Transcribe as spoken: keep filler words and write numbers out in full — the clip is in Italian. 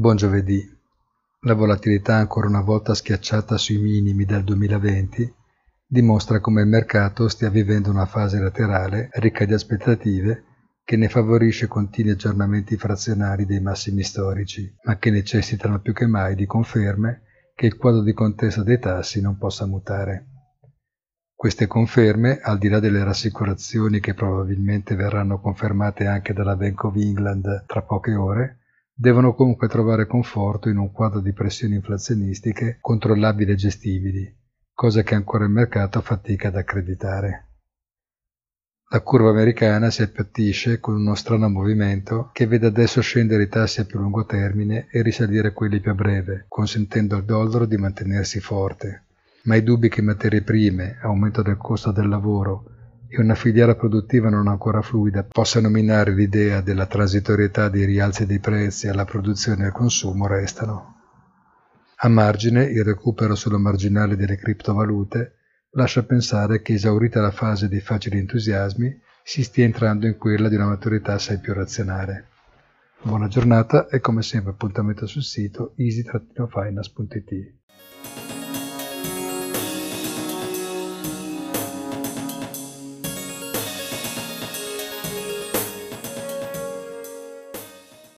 Buon giovedì. La volatilità ancora una volta schiacciata sui minimi del duemilaventi dimostra come il mercato stia vivendo una fase laterale ricca di aspettative che ne favorisce continui aggiornamenti frazionari dei massimi storici, ma che necessitano più che mai di conferme che il quadro di contesto dei tassi non possa mutare. Queste conferme, al di là delle rassicurazioni che probabilmente verranno confermate anche dalla Bank of England tra poche ore, devono comunque trovare conforto in un quadro di pressioni inflazionistiche controllabili e gestibili, cosa che ancora il mercato fatica ad accreditare. La curva americana si appiattisce con uno strano movimento che vede adesso scendere i tassi a più lungo termine e risalire quelli più a breve, consentendo al dollaro di mantenersi forte. Ma i dubbi che materie prime, aumento del costo del lavoro e una filiera produttiva non ancora fluida possano minare l'idea della transitorietà dei rialzi dei prezzi alla produzione e al consumo restano. A margine, il recupero solo marginale delle criptovalute lascia pensare che, esaurita la fase dei facili entusiasmi, si stia entrando in quella di una maturità assai più razionale. Buona giornata e come sempre appuntamento sul sito easy dash finance punto it.